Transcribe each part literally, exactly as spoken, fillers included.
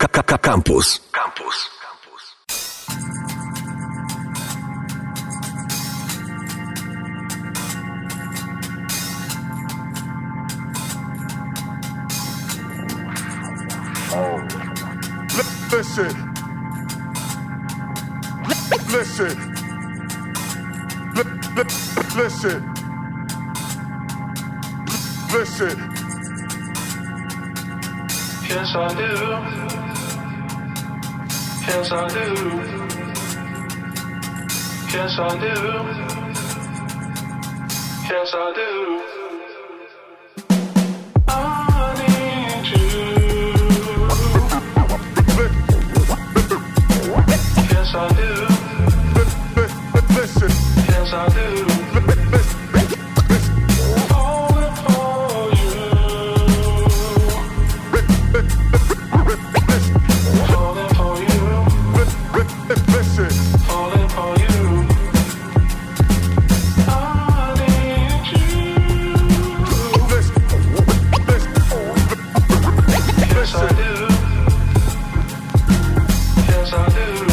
Campus. Campus. Listen. Listen. Listen. Listen. Yes, I do. Yes, I do. Yes, I do. Yes, I do. Yes, I do. Listen. Yes, I do. Falling for you. Falling for you. Listen. Falling for you. I need you. Yes, I do. Yes, I do.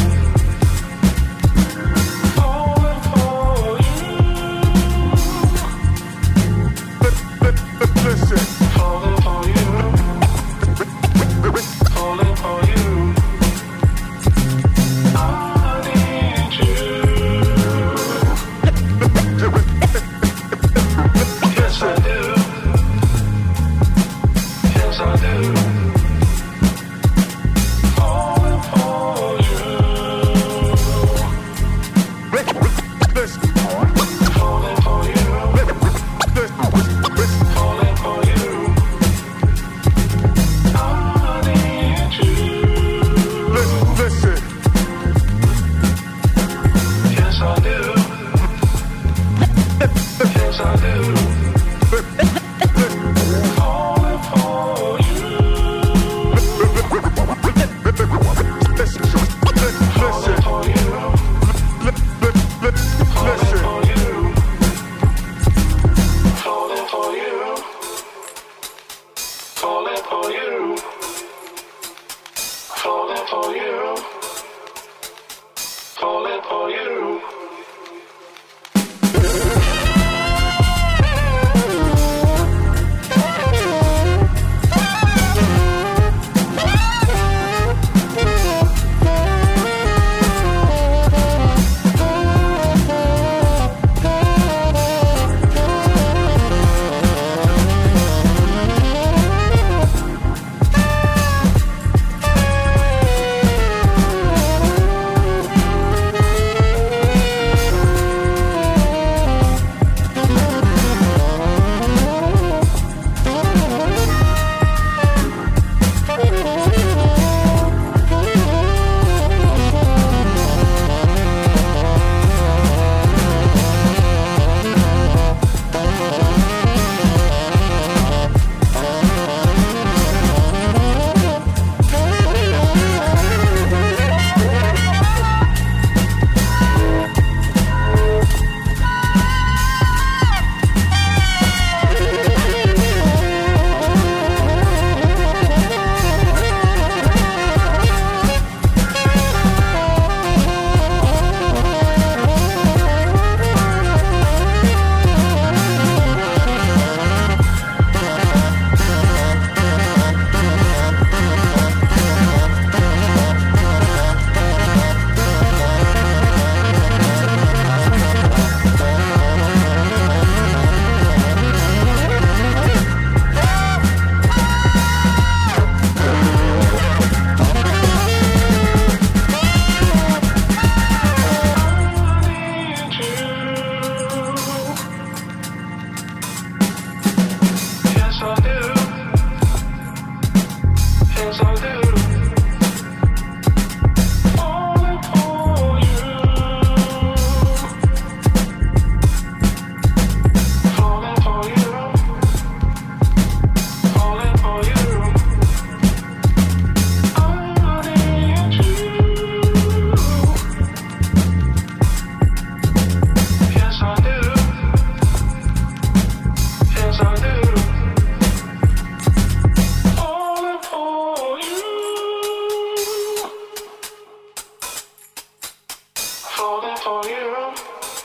for you.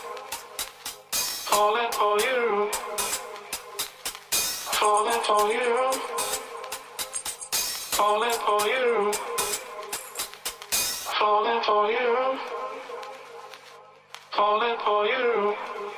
Falling for you. Falling for you. Falling for you. Falling for you. Falling for you.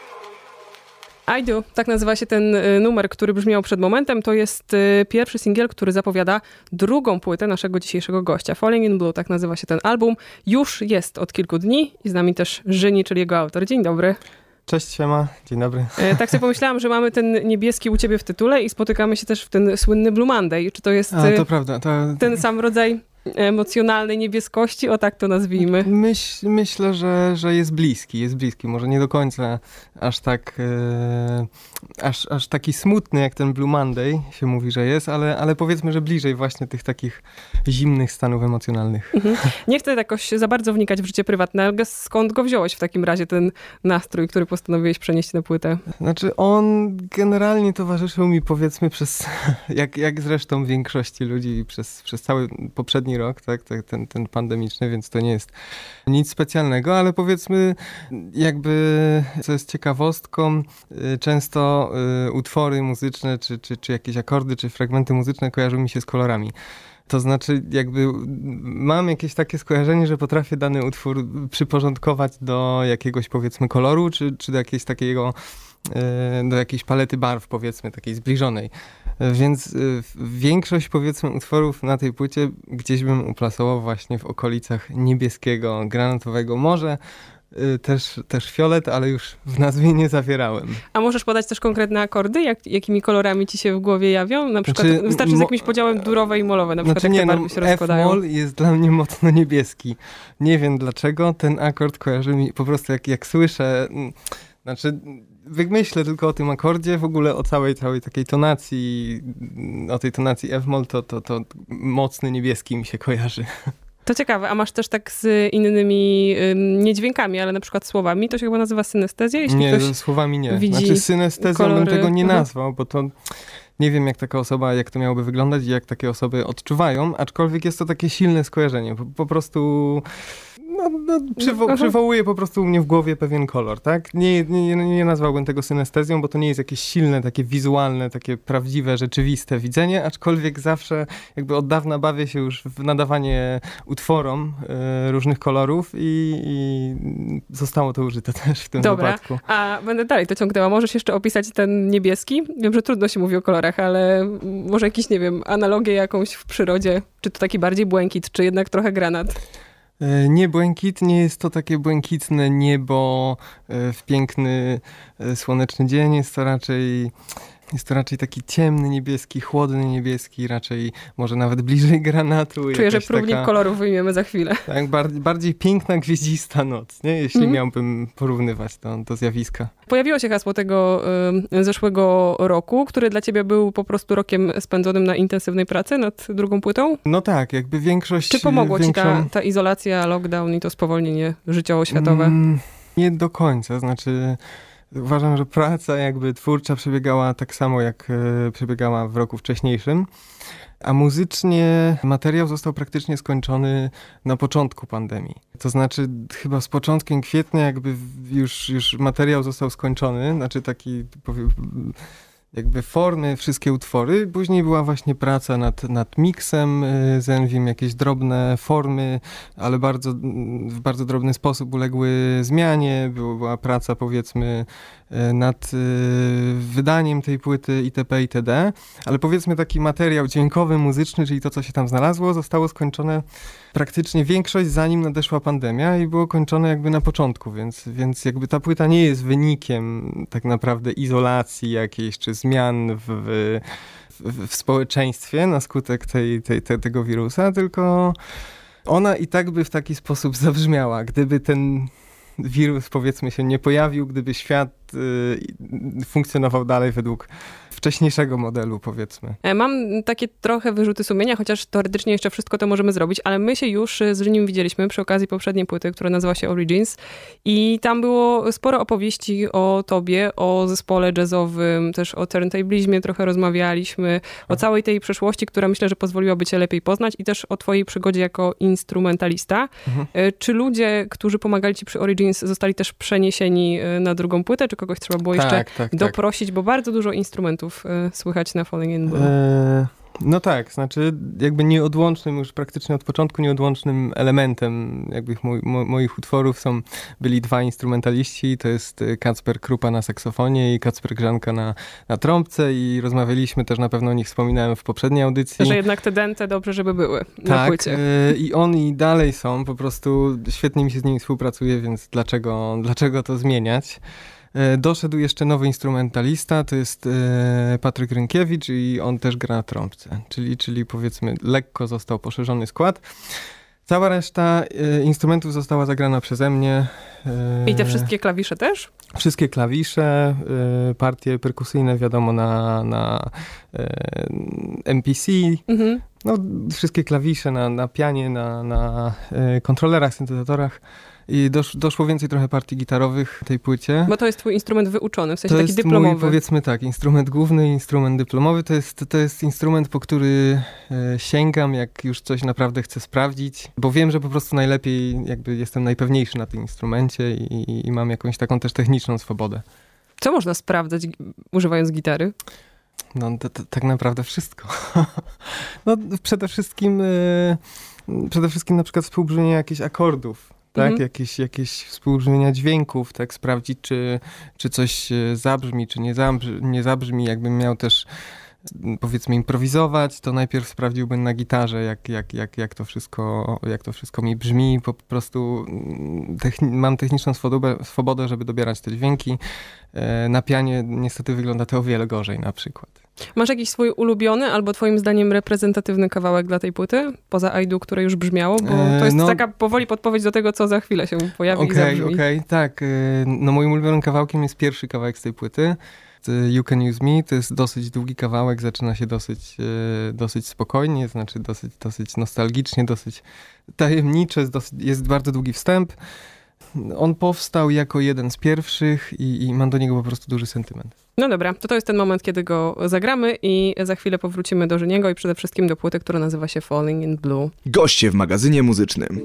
I Do, tak nazywa się ten y, numer, który brzmiał przed momentem. To jest y, pierwszy singiel, który zapowiada drugą płytę naszego dzisiejszego gościa. Falling in Blue, tak nazywa się ten album. Już jest od kilku dni i z nami też Żyni, czyli jego autor. Dzień dobry. Cześć, siema, dzień dobry. E, tak sobie pomyślałam, że mamy ten niebieski u ciebie w tytule i spotykamy się też w ten słynny Blue Monday. Czy to jest A, to y, prawda. To... ten sam rodzaj emocjonalnej niebieskości? O tak to nazwijmy. Myśl, myślę, że, że jest bliski, jest bliski. Może nie do końca aż tak, e, aż, aż taki smutny jak ten Blue Monday się mówi, że jest, ale, ale powiedzmy, że bliżej właśnie tych takich zimnych stanów emocjonalnych. Mhm. Nie chcę jakoś za bardzo wnikać w życie prywatne, ale skąd go wziąłeś w takim razie, ten nastrój, który postanowiłeś przenieść na płytę? Znaczy on generalnie towarzyszył mi powiedzmy przez, jak, jak zresztą większości ludzi przez, przez cały poprzedni rok, tak, tak, ten, ten pandemiczny, więc to nie jest nic specjalnego, ale powiedzmy jakby, co jest ciekawostką, często y, utwory muzyczne, czy, czy, czy jakieś akordy, czy fragmenty muzyczne kojarzą mi się z kolorami. To znaczy jakby mam jakieś takie skojarzenie, że potrafię dany utwór przyporządkować do jakiegoś powiedzmy koloru, czy, czy do jakiegoś takiego, do jakiejś palety barw powiedzmy, takiej zbliżonej. Więc większość powiedzmy utworów na tej płycie gdzieś bym uplasował właśnie w okolicach niebieskiego, granatowego, może Też, też fiolet, ale już w nazwie nie zawierałem. A możesz podać też konkretne akordy? Jak, jakimi kolorami ci się w głowie jawią? Na przykład znaczy, wystarczy z mo- jakimś podziałem durowe i molowe, na przykład znaczy, jak te nie, barwy no, się rozkładają. F-moll jest dla mnie mocno niebieski. Nie wiem dlaczego, ten akord kojarzy mi po prostu jak, jak słyszę, znaczy myślę tylko o tym akordzie, w ogóle o całej, całej takiej tonacji, o tej tonacji F-moll, to, to, to mocny niebieski mi się kojarzy. To ciekawe, a masz też tak z innymi, ym, nie dźwiękami, ale na przykład słowami, to się chyba nazywa synestezja? Jeśli nie, ktoś słowami nie. widzi Znaczy synestezją kolory. bym tego nie Mhm. nazwał, bo to nie wiem jak taka osoba, jak to miałoby wyglądać i jak takie osoby odczuwają, aczkolwiek jest to takie silne skojarzenie. Po, po prostu no, no, przywo- Aha. przywołuje po prostu u mnie w głowie pewien kolor, tak? Nie, nie, nie nazwałbym tego synestezją, bo to nie jest jakieś silne, takie wizualne, takie prawdziwe, rzeczywiste widzenie, aczkolwiek zawsze jakby od dawna bawię się już w nadawanie utworom y, różnych kolorów i, i zostało to użyte też w tym Dobra, wypadku. a będę dalej to ciągnęła. Możesz jeszcze opisać ten niebieski? Wiem, że trudno się mówi o kolorach, ale może jakiś, nie wiem, analogię jakąś w przyrodzie? Czy to taki bardziej błękit, czy jednak trochę granat? Nie błękit, nie jest to takie błękitne niebo w piękny, słoneczny dzień, jest to raczej... Jest to raczej taki ciemny niebieski, chłodny niebieski, raczej może nawet bliżej granatu. Czuję, że Jakaś próbnik taka, kolorów wyjmiemy za chwilę. tak, bardziej, bardziej piękna, gwieździsta noc, nie? Jeśli Mhm. miałbym porównywać to do zjawiska. Pojawiło się hasło tego y, zeszłego roku, który dla ciebie był po prostu rokiem spędzonym na intensywnej pracy nad drugą płytą. No tak, jakby większość... Czy pomogło większą... ci ta, ta izolacja, lockdown i to spowolnienie życiowo-światowe? Mm, nie do końca, znaczy... Uważam, że praca jakby twórcza przebiegała tak samo, jak e, przebiegała w roku wcześniejszym, a muzycznie materiał został praktycznie skończony na początku pandemii. To znaczy chyba z początkiem kwietnia jakby już, już materiał został skończony, znaczy taki powiem, jakby formy, wszystkie utwory. Później była właśnie praca nad, nad miksem z Envym, jakieś drobne formy, ale bardzo, w bardzo drobny sposób uległy zmianie. Była praca powiedzmy nad wydaniem tej płyty itp. itd. Ale powiedzmy taki materiał dźwiękowy, muzyczny, czyli to, co się tam znalazło, zostało skończone praktycznie większość zanim nadeszła pandemia i było kończone jakby na początku, więc, więc jakby ta płyta nie jest wynikiem tak naprawdę izolacji jakiejś, czy zmian w, w, w społeczeństwie na skutek tej, tej, tej, tego wirusa, tylko ona i tak by w taki sposób zabrzmiała, gdyby ten wirus powiedzmy się nie pojawił, gdyby świat y, funkcjonował dalej według wcześniejszego modelu, powiedzmy. E, Mam takie trochę wyrzuty sumienia, chociaż teoretycznie jeszcze wszystko to możemy zrobić, ale my się już z Żyniem widzieliśmy przy okazji poprzedniej płyty, która nazywa się Origins i tam było sporo opowieści o tobie, o zespole jazzowym, też o turntablizmie trochę rozmawialiśmy, o całej tej przeszłości, która myślę, że pozwoliłaby cię lepiej poznać i też o twojej przygodzie jako instrumentalista. Mhm. Czy ludzie, którzy pomagali ci przy Origins, zostali też przeniesieni na drugą płytę, czy kogoś trzeba było jeszcze tak, tak, doprosić, tak. Bo bardzo dużo instrumentów słychać na Falling in Blue. E, no tak, znaczy jakby nieodłącznym, już praktycznie od początku nieodłącznym elementem jakby mo, mo, moich utworów są, byli dwa instrumentaliści, to jest Kacper Krupa na saksofonie i Kacper Grzanka na, na trąbce i rozmawialiśmy też, na pewno o nich wspominałem w poprzedniej audycji. Że jednak te denty dobrze, żeby były na tak, płycie. E, i oni dalej są, po prostu świetnie mi się z nimi współpracuje, więc dlaczego, dlaczego to zmieniać? Doszedł jeszcze nowy instrumentalista, to jest e, Patryk Rynkiewicz i on też gra na trąbce, czyli, czyli powiedzmy lekko został poszerzony skład. Cała reszta e, instrumentów została zagrana przeze mnie. E, I te wszystkie klawisze też? Wszystkie klawisze, e, partie perkusyjne wiadomo na, na e, M P C, mhm. No, wszystkie klawisze na, na pianie, na, na e, kontrolerach, syntezatorach. I dosz, doszło więcej trochę partii gitarowych w tej płycie. Bo to jest twój instrument wyuczony, w sensie to taki dyplomowy. To jest mój, powiedzmy tak, instrument główny, instrument dyplomowy. To jest, to jest instrument, po który e, sięgam, jak już coś naprawdę chcę sprawdzić, bo wiem, że po prostu najlepiej, jakby jestem najpewniejszy na tym instrumencie i, i mam jakąś taką też techniczną swobodę. Co można sprawdzać używając gitary? No to, to, tak naprawdę wszystko. No przede wszystkim, e, przede wszystkim na przykład współbrzmienie jakichś akordów. Tak, mhm. jakieś, jakieś współbrzmienia dźwięków, tak, sprawdzić, czy, czy coś zabrzmi, czy nie zabrzmi, nie zabrzmi. Jakbym miał też, powiedzmy, improwizować, to najpierw sprawdziłbym na gitarze, jak, jak, jak, jak, to, wszystko, jak to wszystko mi brzmi. Po prostu techni- mam techniczną swobodę, swobodę, żeby dobierać te dźwięki. Na pianie niestety wygląda to o wiele gorzej na przykład. Masz jakiś swój ulubiony albo twoim zdaniem reprezentatywny kawałek dla tej płyty? Poza I Do, które już brzmiało? Bo to jest no, taka powoli podpowiedź do tego, co za chwilę się pojawi okay, i zabrzmi. Okej, okay, tak. No moim ulubionym kawałkiem jest pierwszy kawałek z tej płyty. You Can Use Me. To jest dosyć długi kawałek, zaczyna się dosyć, dosyć spokojnie, znaczy dosyć, dosyć nostalgicznie, dosyć tajemnicze, jest, dosyć, jest bardzo długi wstęp. On powstał jako jeden z pierwszych i, i mam do niego po prostu duży sentyment. No dobra, to to jest ten moment, kiedy go zagramy i za chwilę powrócimy do Żyniego i przede wszystkim do płyty, która nazywa się Falling in Blue. Goście w magazynie muzycznym.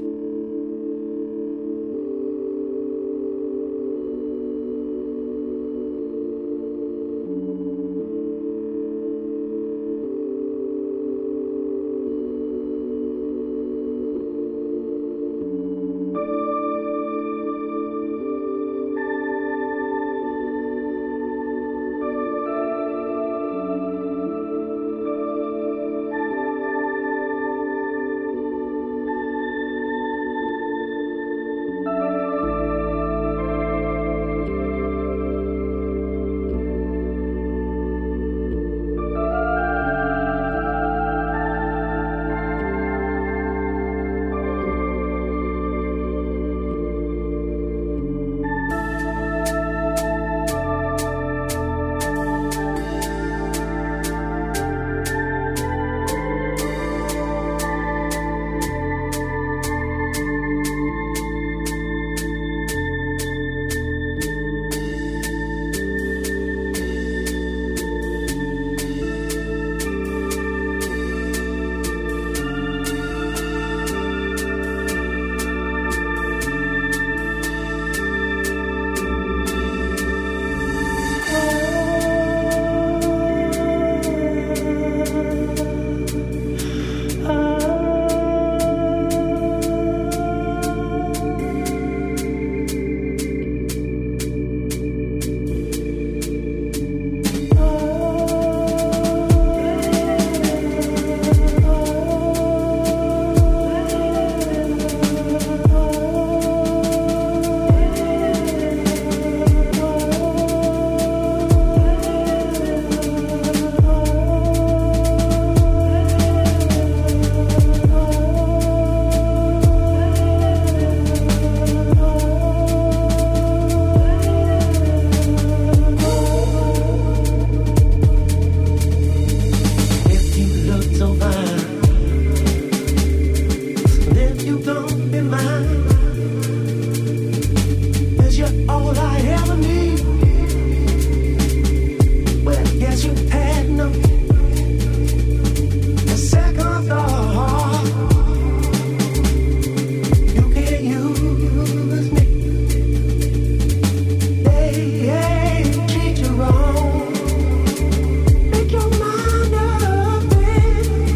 mine. 'Cause you're all I ever need. Well, I guess you had no a second thought. You can't use me. They ain't treat you wrong. Make your mind up, baby.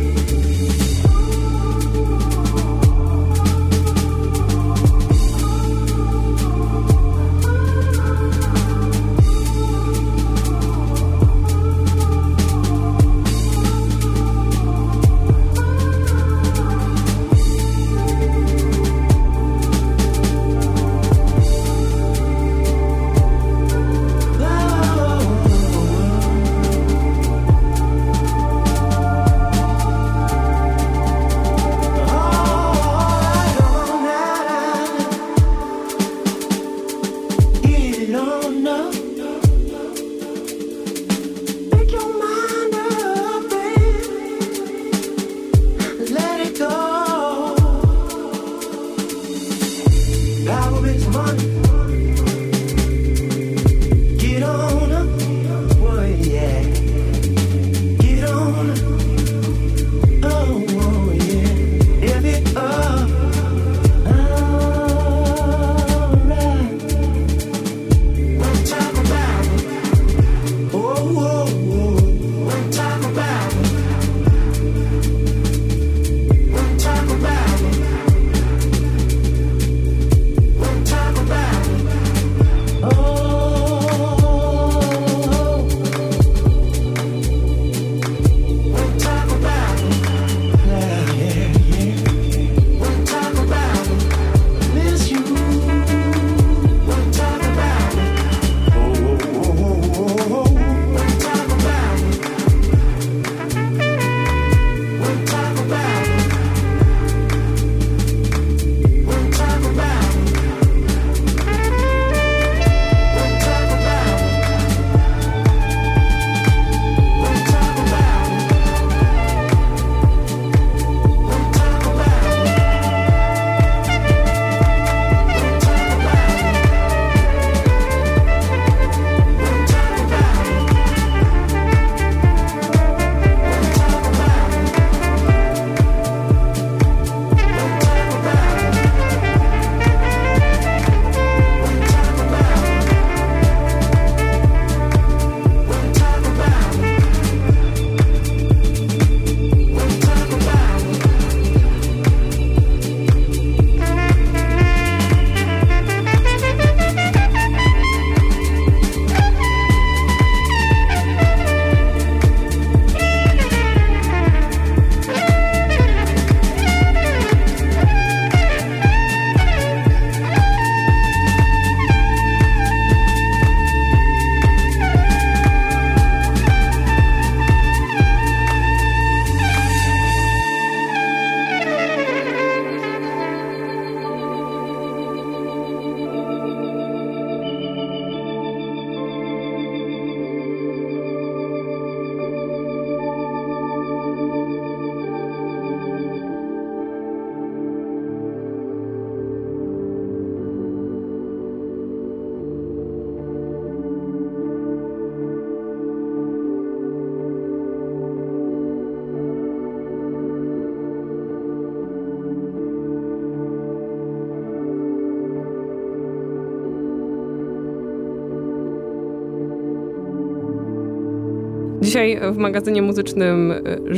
Dzisiaj w magazynie muzycznym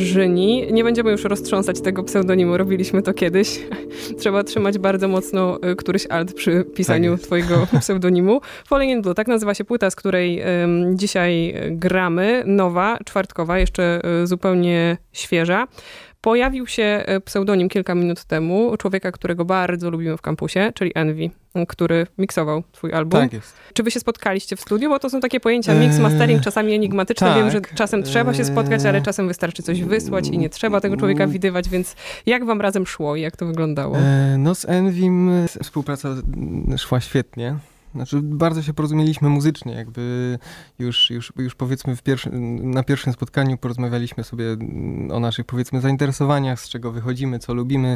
Żyni nie będziemy już roztrząsać tego pseudonimu, robiliśmy to kiedyś. Trzeba trzymać bardzo mocno któryś alt przy pisaniu tak twojego pseudonimu. Falling in Blue, tak nazywa się płyta, z której um, dzisiaj gramy. Nowa, czwartkowa, jeszcze zupełnie świeża. Pojawił się pseudonim kilka minut temu człowieka, którego bardzo lubimy w kampusie, czyli Envy, który miksował twój album. Tak jest. Czy wy się spotkaliście w studiu? Bo to są takie pojęcia mix, mastering, czasami enigmatyczne. Tak. Wiem, że czasem trzeba się spotkać, ale czasem wystarczy coś wysłać i nie trzeba tego człowieka widywać, więc jak wam razem szło i jak to wyglądało? No z Envym współpraca szła świetnie. Znaczy bardzo się porozumieliśmy muzycznie, jakby już, już, już powiedzmy w pierwszy, na pierwszym spotkaniu porozmawialiśmy sobie o naszych powiedzmy zainteresowaniach, z czego wychodzimy, co lubimy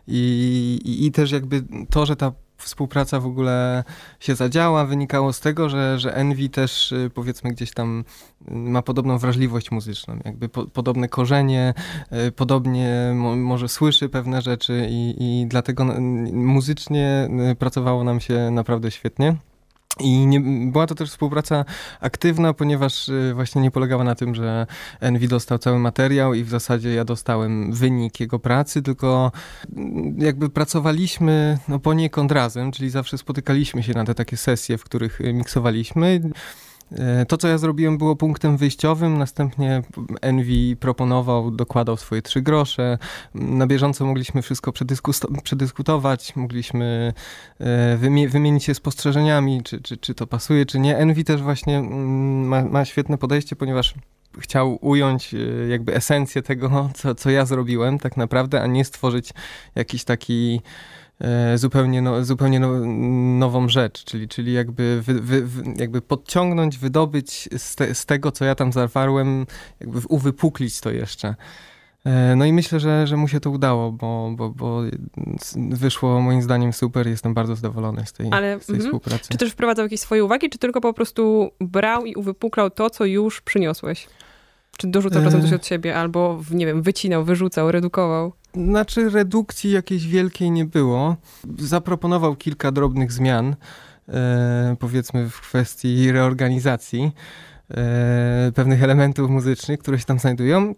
i, i, i też jakby to, że ta współpraca w ogóle się zadziała, wynikało z tego, że, że Envy też powiedzmy gdzieś tam ma podobną wrażliwość muzyczną, jakby po, podobne korzenie, podobnie mo, może słyszy pewne rzeczy i, i dlatego muzycznie pracowało nam się naprawdę świetnie. I nie, była to też współpraca aktywna, ponieważ właśnie nie polegała na tym, że Envy dostał cały materiał i w zasadzie ja dostałem wynik jego pracy, tylko jakby pracowaliśmy no, poniekąd razem, czyli zawsze spotykaliśmy się na te takie sesje, w których miksowaliśmy. To, co ja zrobiłem, było punktem wyjściowym, następnie Envy proponował, dokładał swoje trzy grosze. Na bieżąco mogliśmy wszystko przedysku- przedyskutować, mogliśmy wymie- wymienić się spostrzeżeniami, czy, czy, czy to pasuje, czy nie. Envy też właśnie ma, ma świetne podejście, ponieważ chciał ująć jakby esencję tego, co, co ja zrobiłem tak naprawdę, a nie stworzyć jakiś taki zupełnie, no, zupełnie no, nową rzecz, czyli, czyli jakby, wy, wy, jakby podciągnąć, wydobyć z, te, z tego, co ja tam zawarłem, jakby uwypuklić to jeszcze. No i myślę, że, że mu się to udało, bo, bo, bo wyszło moim zdaniem super, jestem bardzo zadowolony z tej, Ale, z tej mm, współpracy. Czy też wprowadzał jakieś swoje uwagi, czy tylko po prostu brał i uwypuklał to, co już przyniosłeś? Czy dorzucał czasem coś od siebie, albo, nie wiem, wycinał, wyrzucał, redukował? Znaczy redukcji jakiejś wielkiej nie było. Zaproponował kilka drobnych zmian, e, powiedzmy w kwestii reorganizacji e, pewnych elementów muzycznych, które się tam znajdują,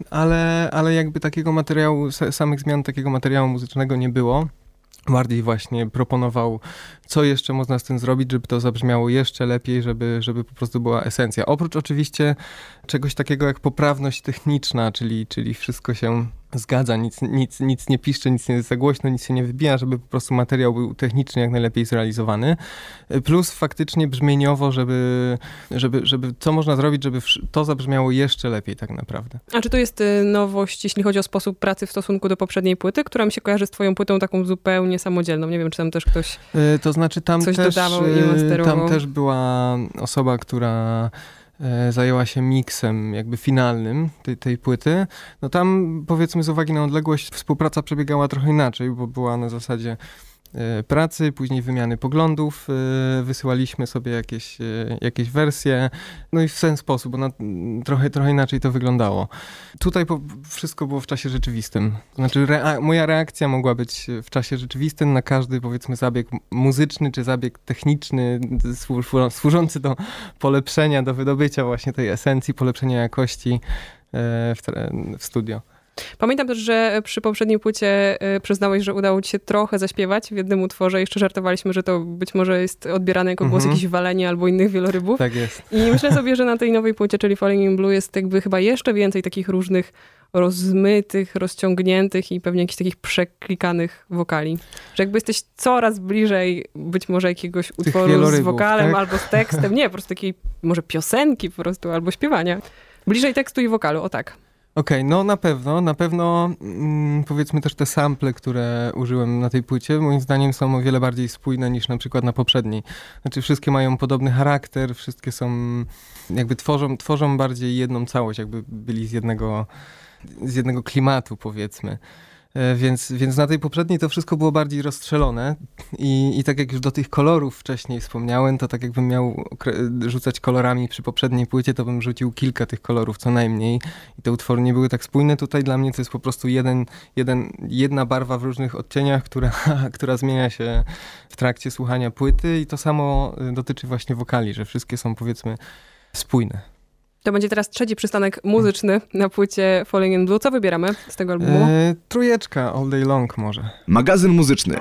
ale, ale jakby takiego materiału, samych zmian takiego materiału muzycznego nie było. Bardziej właśnie proponował, co jeszcze można z tym zrobić, żeby to zabrzmiało jeszcze lepiej, żeby, żeby po prostu była esencja. Oprócz oczywiście czegoś takiego jak poprawność techniczna, czyli, czyli wszystko się zgadza, nic, nic, nic nie piszcze, nic nie jest za głośno, nic się nie wybija, żeby po prostu materiał był technicznie jak najlepiej zrealizowany. Plus faktycznie brzmieniowo, żeby, żeby, żeby co można zrobić, żeby to zabrzmiało jeszcze lepiej tak naprawdę. A czy to jest nowość, jeśli chodzi o sposób pracy w stosunku do poprzedniej płyty, która mi się kojarzy z twoją płytą taką zupełnie samodzielną? Nie wiem, czy tam też ktoś To znaczy tam coś też, dodawał i masterował. Tam też była osoba, która zajęła się miksem jakby finalnym tej, tej płyty. No tam powiedzmy z uwagi na odległość współpraca przebiegała trochę inaczej, bo była na zasadzie pracy, później wymiany poglądów, wysyłaliśmy sobie jakieś, jakieś wersje, no i w ten sposób, bo na, trochę, trochę inaczej to wyglądało. Tutaj po, wszystko było w czasie rzeczywistym. Znaczy rea- moja reakcja mogła być w czasie rzeczywistym na każdy powiedzmy zabieg muzyczny czy zabieg techniczny słu- służący do polepszenia, do wydobycia właśnie tej esencji, polepszenia jakości w, w studio. Pamiętam też, że przy poprzedniej płycie y, przyznałeś, że udało ci się trochę zaśpiewać w jednym utworze. Jeszcze żartowaliśmy, że to być może jest odbierane jako głos Mhm. jakichś waleni albo innych wielorybów. Tak jest. I myślę sobie, że na tej nowej płycie, czyli Falling in Blue, jest jakby chyba jeszcze więcej takich różnych rozmytych, rozciągniętych i pewnie jakichś takich przeklikanych wokali. Że jakby jesteś coraz bliżej być może jakiegoś utworu z wokalem, tak? albo z tekstem. Nie, po prostu takiej może piosenki po prostu, albo śpiewania. Bliżej tekstu i wokalu, o tak. Okej, okay, no na pewno, na pewno mm, powiedzmy też te sample, które użyłem na tej płycie, moim zdaniem są o wiele bardziej spójne niż na przykład na poprzedniej. Znaczy wszystkie mają podobny charakter, wszystkie są, jakby tworzą, tworzą bardziej jedną całość, jakby byli z jednego, z jednego klimatu powiedzmy. Więc, więc na tej poprzedniej to wszystko było bardziej rozstrzelone i, i tak jak już do tych kolorów wcześniej wspomniałem, to tak jakbym miał rzucać kolorami przy poprzedniej płycie, to bym rzucił kilka tych kolorów co najmniej i te utwory nie były tak spójne. Tutaj dla mnie to jest po prostu jeden, jeden, jedna barwa w różnych odcieniach, która, która zmienia się w trakcie słuchania płyty i to samo dotyczy właśnie wokali, że wszystkie są powiedzmy spójne. To będzie teraz trzeci przystanek muzyczny na płycie Falling in Blue. Co wybieramy z tego albumu? E, trójeczka, All Day Long może. Magazyn muzyczny.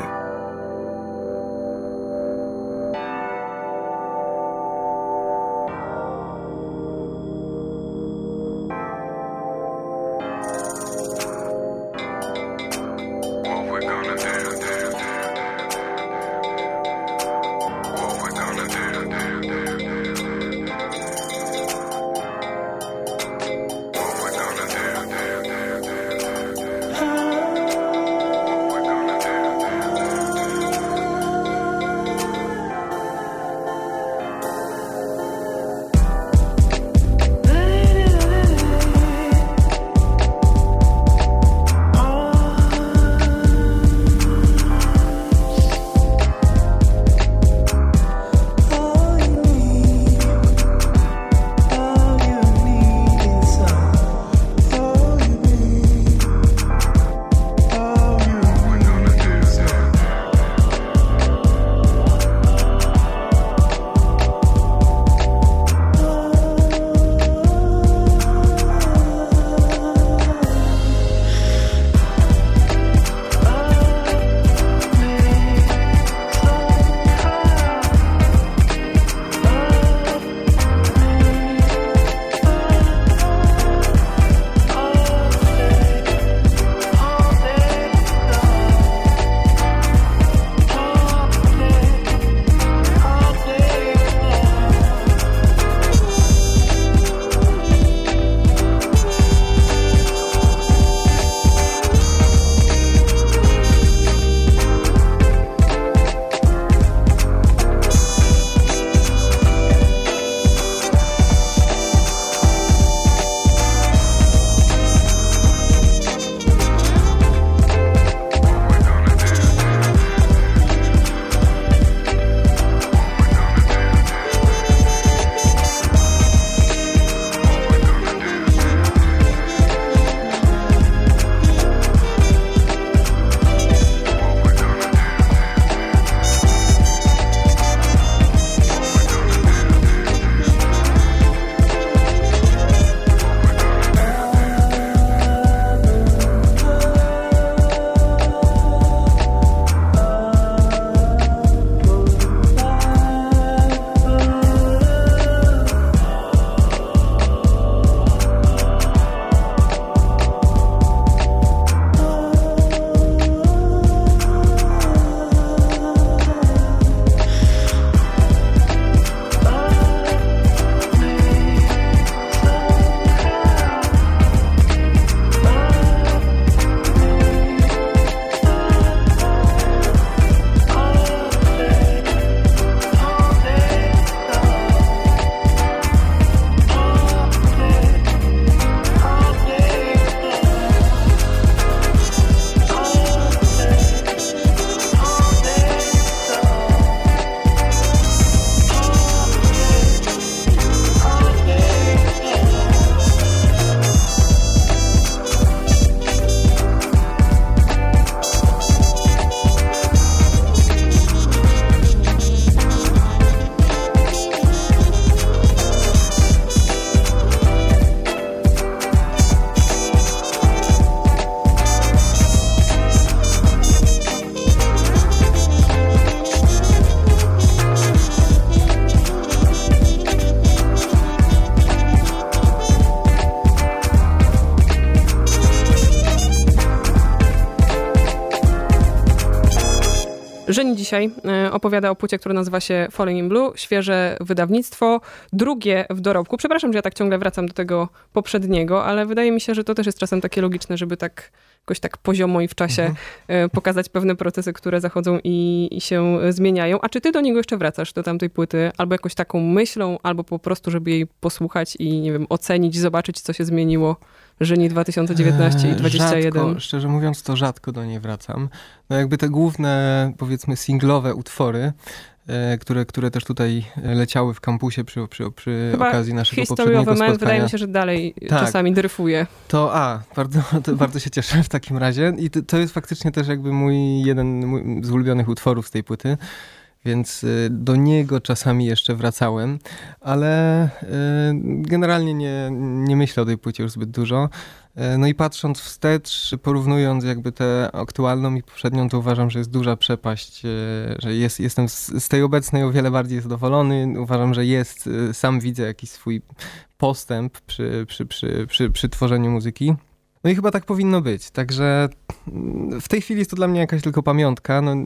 Żeni dzisiaj e, opowiada o płycie, która nazywa się Falling in Blue, świeże wydawnictwo, drugie w dorobku. Przepraszam, że ja tak ciągle wracam do tego poprzedniego, ale wydaje mi się, że to też jest czasem takie logiczne, żeby tak jakoś tak poziomo i w czasie mhm. e, pokazać pewne procesy, które zachodzą i, i się zmieniają. A czy ty do niego jeszcze wracasz, do tamtej płyty? Albo jakoś taką myślą, albo po prostu, żeby jej posłuchać i, nie wiem, ocenić, zobaczyć, co się zmieniło Żeni dwa tysiące dziewiętnaście i dwadzieścia jeden. Rzadko, szczerze mówiąc, to rzadko do niej wracam. No jakby te główne, powiedzmy, singlowe utwory, e, które, które też tutaj leciały w kampusie przy, przy, przy okazji naszego poprzedniego spotkania. Man, wydaje mi się, że dalej tak. czasami dryfuje. To a, bardzo, to bardzo się cieszę w takim razie. I to, to jest faktycznie też jakby mój jeden mój z ulubionych utworów z tej płyty. Więc do niego czasami jeszcze wracałem, ale generalnie nie, nie myślę o tej płycie już zbyt dużo. No i patrząc wstecz, porównując jakby tę aktualną i poprzednią, to uważam, że jest duża przepaść, że jest, jestem z, z tej obecnej o wiele bardziej zadowolony. Uważam, że jest, sam widzę jakiś swój postęp przy, przy, przy, przy, przy tworzeniu muzyki. No i chyba tak powinno być, także w tej chwili jest to dla mnie jakaś tylko pamiątka, no,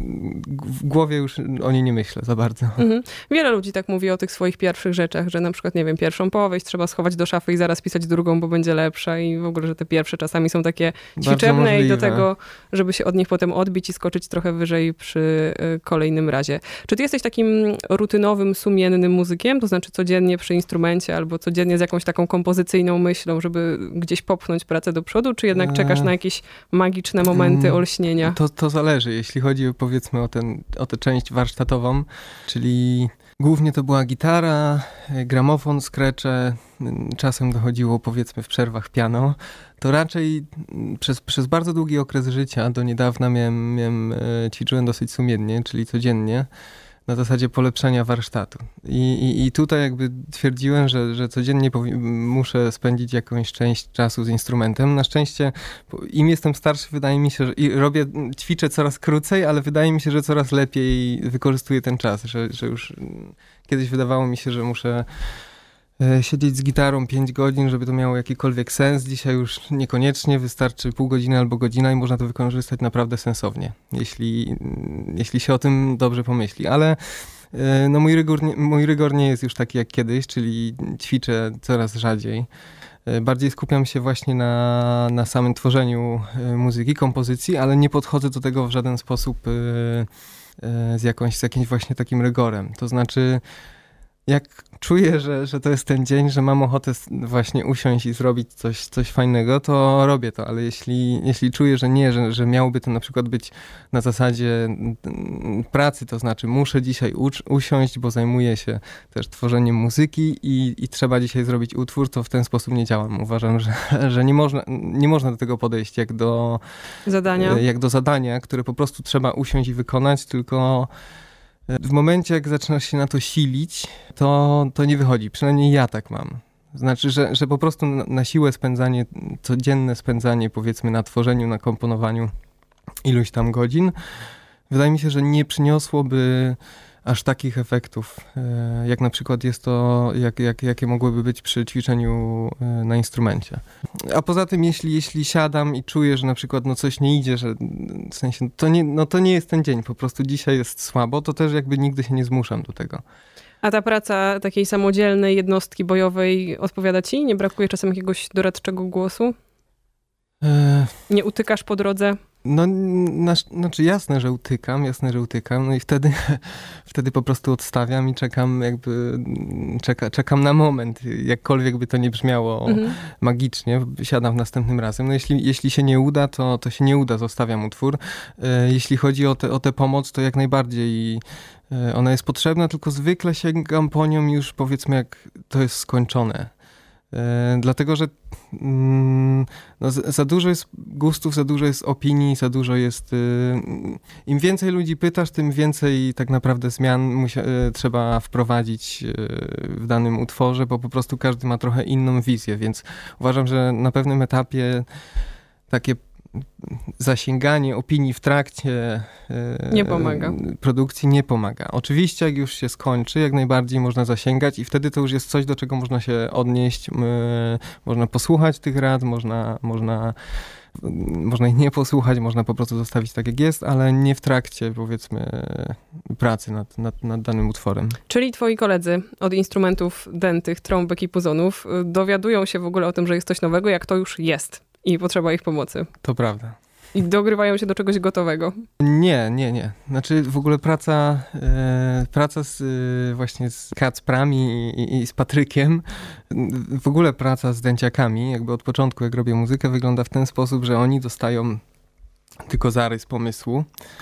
w głowie już o niej nie myślę za bardzo. Mhm. Wiele ludzi tak mówi o tych swoich pierwszych rzeczach, że na przykład, nie wiem, pierwszą powieść trzeba schować do szafy i zaraz pisać drugą, bo będzie lepsza i w ogóle, że te pierwsze czasami są takie ćwiczebne i do tego, żeby się od nich potem odbić i skoczyć trochę wyżej przy kolejnym razie. Czy ty jesteś takim rutynowym, sumiennym muzykiem, to znaczy codziennie przy instrumencie albo codziennie z jakąś taką kompozycyjną myślą, żeby gdzieś popchnąć pracę do przodu, czy jednak czekasz na jakieś magiczne momenty olśnienia? To, to zależy. Jeśli chodzi, powiedzmy, o, ten, o tę część warsztatową, czyli głównie to była gitara, gramofon, skrecze, czasem dochodziło, powiedzmy, w przerwach piano, to raczej przez, przez bardzo długi okres życia, do niedawna miałem, miałem, ćwiczyłem dosyć sumiennie, czyli codziennie, na zasadzie polepszenia warsztatu. I, i, i tutaj jakby twierdziłem, że, że codziennie powi- muszę spędzić jakąś część czasu z instrumentem. Na szczęście im jestem starszy, wydaje mi się, że i robię, ćwiczę coraz krócej, ale wydaje mi się, że coraz lepiej wykorzystuję ten czas, że, że już kiedyś wydawało mi się, że muszę siedzieć z gitarą pięć godzin, żeby to miało jakikolwiek sens. Dzisiaj już niekoniecznie, wystarczy pół godziny albo godzina i można to wykorzystać naprawdę sensownie, jeśli, jeśli się o tym dobrze pomyśli. Ale no, mój, rygor nie, mój rygor nie jest już taki jak kiedyś, czyli ćwiczę coraz rzadziej. Bardziej skupiam się właśnie na, na samym tworzeniu muzyki, kompozycji, ale nie podchodzę do tego w żaden sposób z, jakąś, z jakimś właśnie takim rygorem. To znaczy, jak czuję, że, że to jest ten dzień, że mam ochotę właśnie usiąść i zrobić coś, coś fajnego, to robię to, ale jeśli, jeśli czuję, że nie, że, że miałoby to na przykład być na zasadzie pracy, to znaczy muszę dzisiaj ucz, usiąść, bo zajmuję się też tworzeniem muzyki i, i trzeba dzisiaj zrobić utwór, to w ten sposób nie działam. Uważam, że, że nie można, nie można do tego podejść jak do zadania. jak do zadania, które po prostu trzeba usiąść i wykonać, tylko w momencie, jak zaczynasz się na to silić, to, to nie wychodzi. Przynajmniej ja tak mam. Znaczy, że, że po prostu na, na siłę spędzanie, codzienne spędzanie, powiedzmy, na tworzeniu, na komponowaniu iluś tam godzin, wydaje mi się, że nie przyniosłoby aż takich efektów, jak na przykład jest to, jak, jak, jakie mogłyby być przy ćwiczeniu na instrumencie. A poza tym, jeśli, jeśli siadam i czuję, że na przykład no coś nie idzie, że w sensie to nie, no to nie jest ten dzień, po prostu dzisiaj jest słabo, to też jakby nigdy się nie zmuszam do tego. A ta praca takiej samodzielnej jednostki bojowej odpowiada ci? Nie brakuje czasem jakiegoś doradczego głosu? E... Nie utykasz po drodze? No, na, znaczy jasne, że utykam, jasne, że utykam, no i wtedy, wtedy po prostu odstawiam i czekam jakby, czeka, czekam na moment, jakkolwiek by to nie brzmiało mhm. magicznie, siadam następnym razem. No jeśli, jeśli się nie uda, to, to się nie uda, zostawiam utwór. Jeśli chodzi o, te, o tę pomoc, to jak najbardziej ona jest potrzebna, tylko zwykle sięgam po nią już, powiedzmy, jak to jest skończone. E, dlatego, że mm, no, za, za dużo jest gustów, za dużo jest opinii, za dużo jest... Y, im więcej ludzi pytasz, tym więcej tak naprawdę zmian musia, y, trzeba wprowadzić y, w danym utworze, bo po prostu każdy ma trochę inną wizję, więc uważam, że na pewnym etapie takie zasięganie opinii w trakcie nie pomaga. produkcji nie pomaga. Oczywiście jak już się skończy, jak najbardziej można zasięgać i wtedy to już jest coś, do czego można się odnieść, można posłuchać tych rad, można, można Można ich nie posłuchać, można po prostu zostawić tak jak jest, ale nie w trakcie, powiedzmy, pracy nad, nad, nad danym utworem. Czyli twoi koledzy od instrumentów dętych, trąbek i puzonów y, dowiadują się w ogóle o tym, że jest coś nowego, jak to już jest i potrzeba ich pomocy. To prawda. I dogrywają się do czegoś gotowego. Nie, nie, nie. Znaczy w ogóle praca, e, praca z, e, właśnie z Kacprami i, i, i z Patrykiem, w ogóle praca z dęciakami, jakby od początku jak robię muzykę, wygląda w ten sposób, że oni dostają tylko zarys pomysłu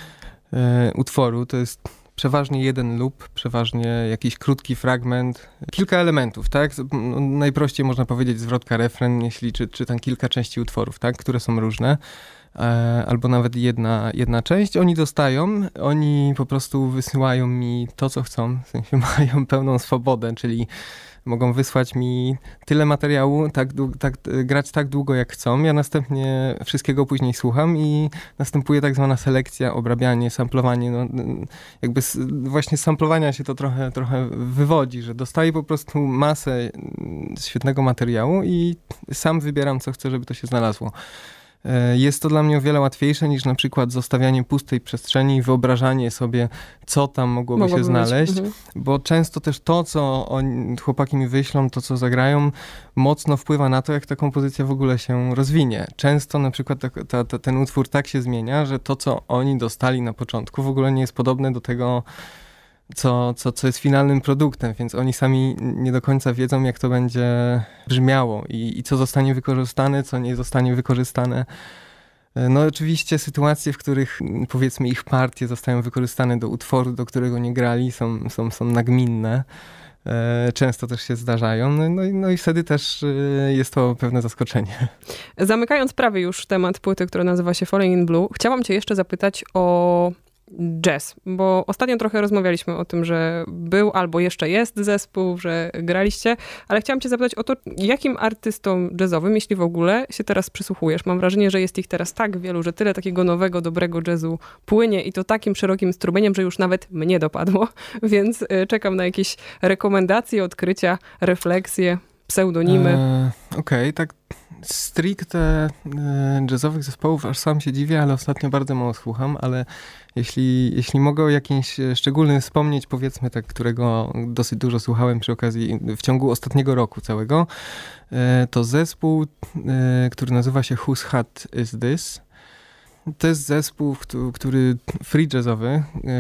e, utworu. To jest przeważnie jeden lub, przeważnie jakiś krótki fragment, kilka elementów, tak? No, najprościej można powiedzieć zwrotka, refren, jeśli czy, czy tam kilka części utworów, tak? Które są różne. Albo nawet jedna, jedna część, oni dostają, oni po prostu wysyłają mi to, co chcą, w sensie mają pełną swobodę, czyli mogą wysłać mi tyle materiału, tak, tak, grać tak długo, jak chcą. Ja następnie wszystkiego później słucham i następuje tak zwana selekcja, obrabianie, samplowanie. No, jakby z, właśnie z samplowania się to trochę, trochę wywodzi, że dostaję po prostu masę świetnego materiału i sam wybieram, co chcę, żeby to się znalazło. Jest to dla mnie o wiele łatwiejsze niż na przykład zostawianie pustej przestrzeni i wyobrażanie sobie, co tam mogłoby, mogłoby się znaleźć, mhm. bo często też to, co oni, chłopaki mi wyślą, to, co zagrają, mocno wpływa na to, jak ta kompozycja w ogóle się rozwinie. Często na przykład ta, ta, ta, ten utwór tak się zmienia, że to, co oni dostali na początku, w ogóle nie jest podobne do tego, Co, co, co jest finalnym produktem, więc oni sami nie do końca wiedzą, jak to będzie brzmiało i, i co zostanie wykorzystane, co nie zostanie wykorzystane. No oczywiście sytuacje, w których powiedzmy ich partie zostają wykorzystane do utworu, do którego nie grali, są, są, są nagminne. Często też się zdarzają, no, no, no i wtedy też jest to pewne zaskoczenie. Zamykając prawie już temat płyty, która nazywa się Falling in Blue, chciałam cię jeszcze zapytać o jazz, bo ostatnio trochę rozmawialiśmy o tym, że był albo jeszcze jest zespół, że graliście, ale chciałam cię zapytać o to, jakim artystom jazzowym, jeśli w ogóle, się teraz przysłuchujesz? Mam wrażenie, że jest ich teraz tak wielu, że tyle takiego nowego, dobrego jazzu płynie i to takim szerokim strumieniem, że już nawet mnie dopadło, więc czekam na jakieś rekomendacje, odkrycia, refleksje, pseudonimy. E, Okej, okay, tak stricte e, jazzowych zespołów aż sam się dziwię, ale ostatnio bardzo mało słucham, ale jeśli, jeśli mogę o jakimś szczególnym wspomnieć, powiedzmy tak, którego dosyć dużo słuchałem przy okazji w ciągu ostatniego roku całego, e, to zespół, e, który nazywa się Whose Hat Is This? To jest zespół, który free jazzowy,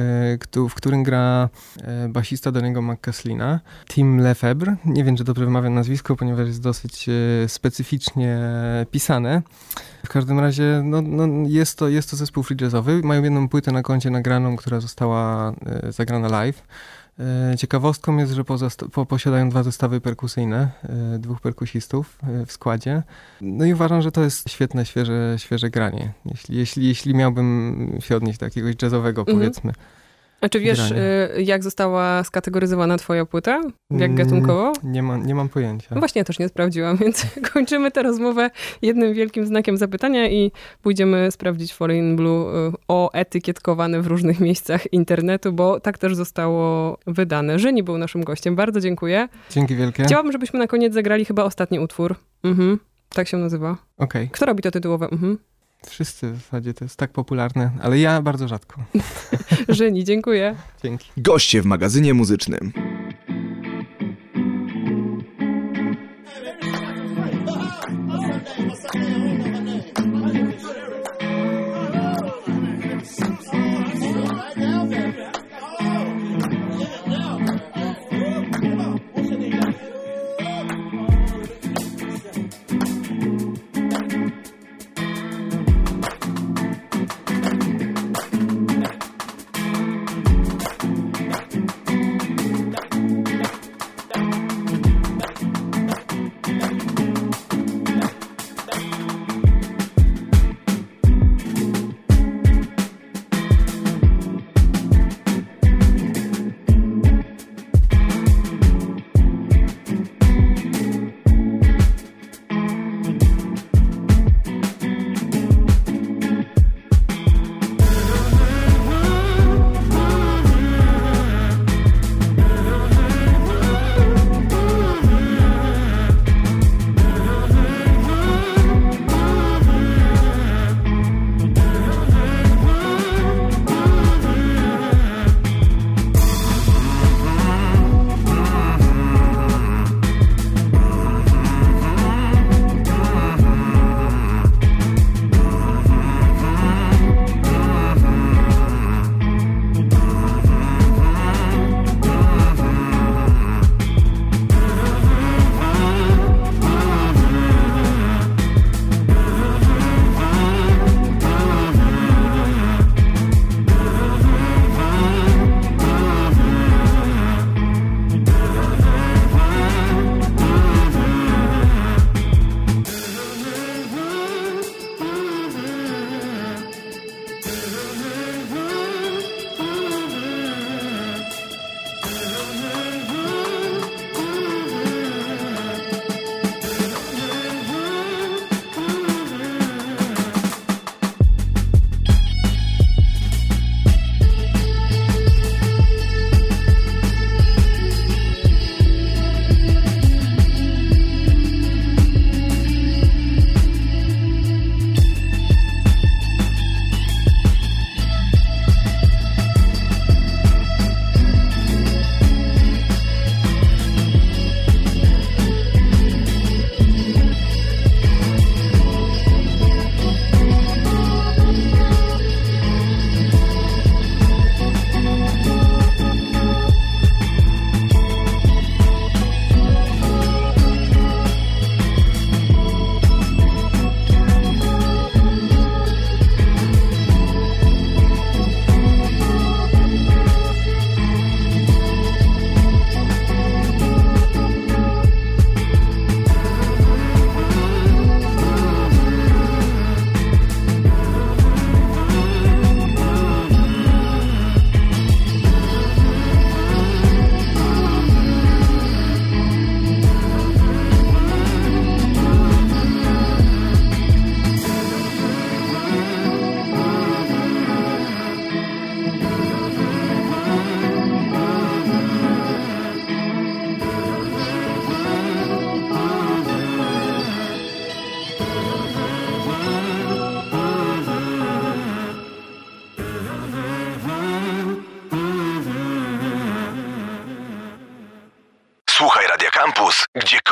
w którym gra basista Donniego McCaslina, Tim Lefebvre. Nie wiem, czy dobrze wymawiam nazwisko, ponieważ jest dosyć specyficznie pisane. W każdym razie no, no jest, to, jest to zespół free jazzowy. Mają jedną płytę na koncie nagraną, która została zagrana live. Ciekawostką jest, że poza, po, posiadają dwa zestawy perkusyjne, dwóch perkusistów w składzie. No i uważam, że to jest świetne, świeże, świeże granie. Jeśli, jeśli, jeśli miałbym się odnieść do jakiegoś jazzowego, mhm. powiedzmy. A czy wiesz, granie. Jak została skategoryzowana twoja płyta? Jak gatunkowo? Nie, ma, nie mam pojęcia. No właśnie, ja też nie sprawdziłam, więc kończymy tę rozmowę jednym wielkim znakiem zapytania i pójdziemy sprawdzić Falling in Blue oetykietkowane w różnych miejscach internetu, bo tak też zostało wydane. Żeni był naszym gościem. Bardzo dziękuję. Dzięki wielkie. Chciałabym, żebyśmy na koniec zagrali chyba ostatni utwór. Mhm. Tak się nazywa. Okej. Okay. Kto robi to tytułowe? Mhm. Wszyscy w zasadzie, to jest tak popularne, ale ja bardzo rzadko. Żeni, dziękuję. Dzięki. Goście w magazynie muzycznym.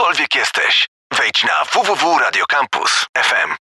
gdziekolwiek jesteś. Wejdź na w w w kropka radio campus kropka f m.